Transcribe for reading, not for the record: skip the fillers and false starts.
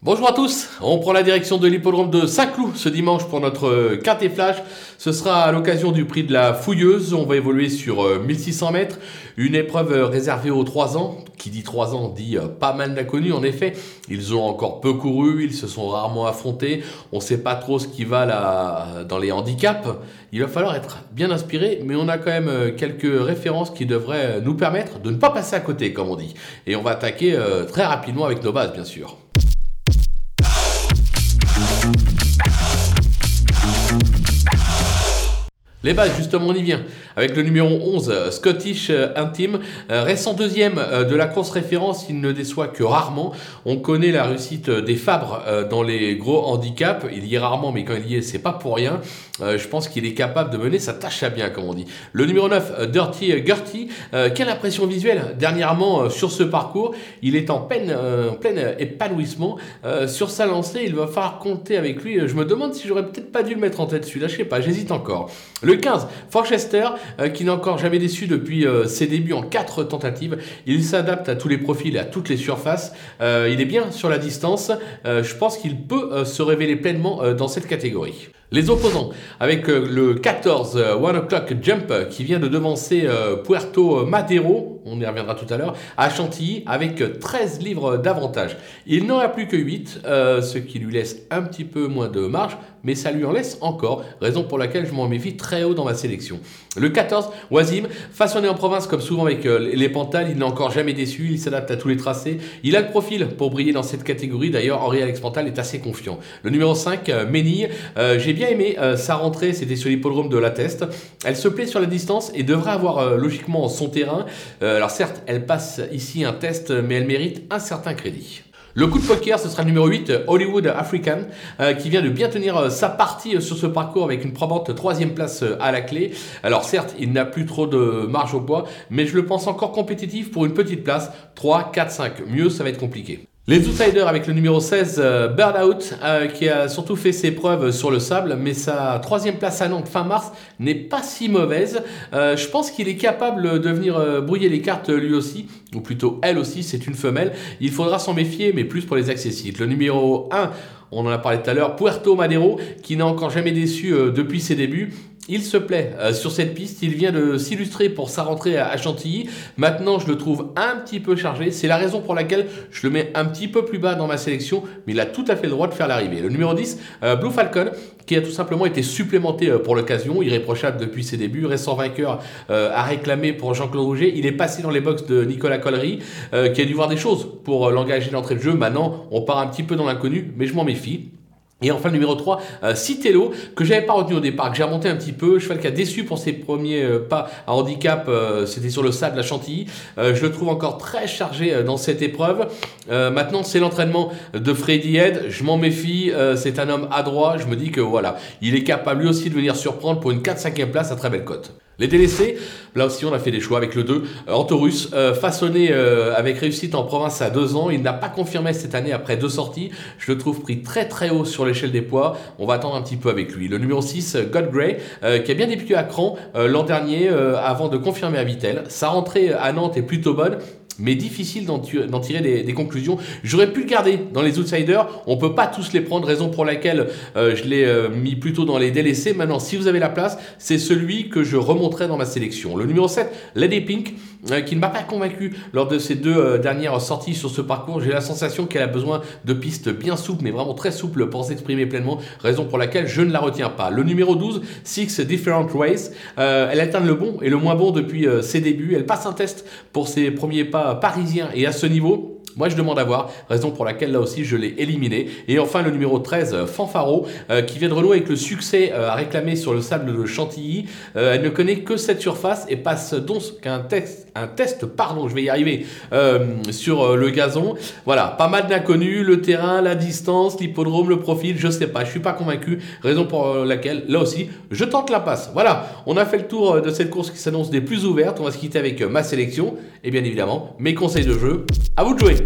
Bonjour à tous, on prend la direction de l'hippodrome de Saint-Cloud ce dimanche pour notre quintet flash. Ce sera à l'occasion du prix de la Fouilleuse, on va évoluer sur 1600 mètres, une épreuve réservée aux 3 ans. Qui dit 3 ans dit pas mal d'inconnus en effet, ils ont encore peu couru, ils se sont rarement affrontés, on ne sait pas trop ce qui va là dans les handicaps. Il va falloir être bien inspiré, mais on a quand même quelques références qui devraient nous permettre de ne pas passer à côté comme on dit. Et on va attaquer très rapidement avec nos bases bien sûr. Les bases, justement, on y vient. Avec le numéro 11, Scottish Intime, récent deuxième de la course référence, il ne déçoit que rarement. On connaît la réussite des Fabres dans les gros handicaps. Il y est rarement, mais quand il y est, c'est pas pour rien. Je pense qu'il est capable de mener sa tâche à bien, comme on dit. Le numéro 9, Dirty Gertie, quelle impression visuelle dernièrement sur ce parcours. Il est en plein épanouissement. Sur sa lancée, il va falloir compter avec lui. Je me demande si j'aurais peut-être pas dû le mettre en tête celui-là, je sais pas, j'hésite encore. Le 15, Forchester, qui n'a encore jamais déçu depuis ses débuts en 4 tentatives. Il s'adapte à tous les profils et à toutes les surfaces. Il est bien sur la distance. Je pense qu'il peut se révéler pleinement dans cette catégorie. Les opposants, avec le 14 One O'Clock Jump qui vient de devancer Puerto Madero, on y reviendra tout à l'heure, à Chantilly avec 13 livres d'avantage. Il n'en a plus que 8, ce qui lui laisse un petit peu moins de marge, mais ça lui en laisse encore, raison pour laquelle je m'en méfie très haut dans ma sélection. Le 14, Wazim, façonné en province comme souvent avec les Pantales, il n'a encore jamais déçu, il s'adapte à tous les tracés, il a le profil pour briller dans cette catégorie, d'ailleurs Henri-Alex Pantal est assez confiant. Le numéro 5, Ménille, j'ai bien aimé sa rentrée, c'était sur l'hippodrome de La Teste, elle se plaît sur la distance et devrait avoir logiquement son terrain, alors certes elle passe ici un test mais elle mérite un certain crédit. Le coup de poker, ce sera le numéro 8, Hollywood African, qui vient de bien tenir sa partie sur ce parcours avec une probante 3e place à la clé. Alors certes, il n'a plus trop de marge au poids, mais je le pense encore compétitif pour une petite place, 3, 4, 5. Mieux, ça va être compliqué. Les outsiders avec le numéro 16, Burnout, qui a surtout fait ses preuves sur le sable, mais sa 3e place à Nantes fin mars n'est pas si mauvaise. Je pense qu'il est capable de venir brouiller les cartes lui aussi, ou plutôt elle aussi, c'est une femelle. Il faudra s'en méfier, mais plus pour les accessibles. Le numéro 1, on en a parlé tout à l'heure, Puerto Madero, qui n'a encore jamais déçu depuis ses débuts. Il se plaît sur cette piste, il vient de s'illustrer pour sa rentrée à Chantilly. Maintenant, je le trouve un petit peu chargé. C'est la raison pour laquelle je le mets un petit peu plus bas dans ma sélection, mais il a tout à fait le droit de faire l'arrivée. Le numéro 10, Blue Falcon, qui a tout simplement été supplémenté pour l'occasion, irréprochable depuis ses débuts, récent vainqueur à réclamer pour Jean-Claude Rouget. Il est passé dans les box de Nicolas Collery, qui a dû voir des choses pour l'engager d'entrée de jeu. Maintenant, on part un petit peu dans l'inconnu, mais je m'en méfie. Et enfin le numéro 3, Citello, que j'avais pas retenu au départ, que j'ai remonté un petit peu, cheval qui a déçu pour ses premiers pas à handicap, c'était sur le sable à Chantilly. Je le trouve encore très chargé dans cette épreuve. Maintenant c'est l'entraînement de Freddy Head, je m'en méfie, c'est un homme adroit, je me dis que voilà, il est capable lui aussi de venir surprendre pour une 4-5e place à très belle cote. Les délaissés, là aussi on a fait des choix avec le 2, Antorus, façonné avec réussite en province à 2 ans, il n'a pas confirmé cette année après 2 sorties, je le trouve pris très très haut sur l'échelle des poids, on va attendre un petit peu avec lui. Le numéro 6, God Grey, qui a bien débuté à Cran l'an dernier avant de confirmer à Vittel, sa rentrée à Nantes est plutôt bonne, mais difficile d'en tirer des conclusions. J'aurais pu le garder dans les outsiders, on peut pas tous les prendre, raison pour laquelle je l'ai mis plutôt dans les délaissés. Maintenant, si vous avez la place, c'est celui que je remonterai dans ma sélection. Le numéro 7, Lady Pink, qui ne m'a pas convaincu lors de ses 2 dernières sorties sur ce parcours. J'ai la sensation qu'elle a besoin de pistes bien souples, mais vraiment très souples pour s'exprimer pleinement, raison pour laquelle je ne la retiens pas. Le numéro 12, Six Different Ways, elle atteint le bon et le moins bon depuis ses débuts. Elle passe un test pour ses premiers pas parisien et à ce niveau, moi je demande à voir, raison pour laquelle là aussi je l'ai éliminé. Et enfin le numéro 13, Fanfaro, qui vient de renouer avec le succès à réclamer sur le sable de Chantilly. Elle ne connaît que cette surface et passe donc un test, je vais y arriver, sur le gazon. Voilà, pas mal d'inconnus, le terrain, la distance, l'hippodrome, le profil, je sais pas, je suis pas convaincu, raison pour laquelle là aussi je tente la passe. Voilà, on a fait le tour de cette course qui s'annonce des plus ouvertes, on va se quitter avec ma sélection et bien évidemment mes conseils de jeu, à vous de jouer.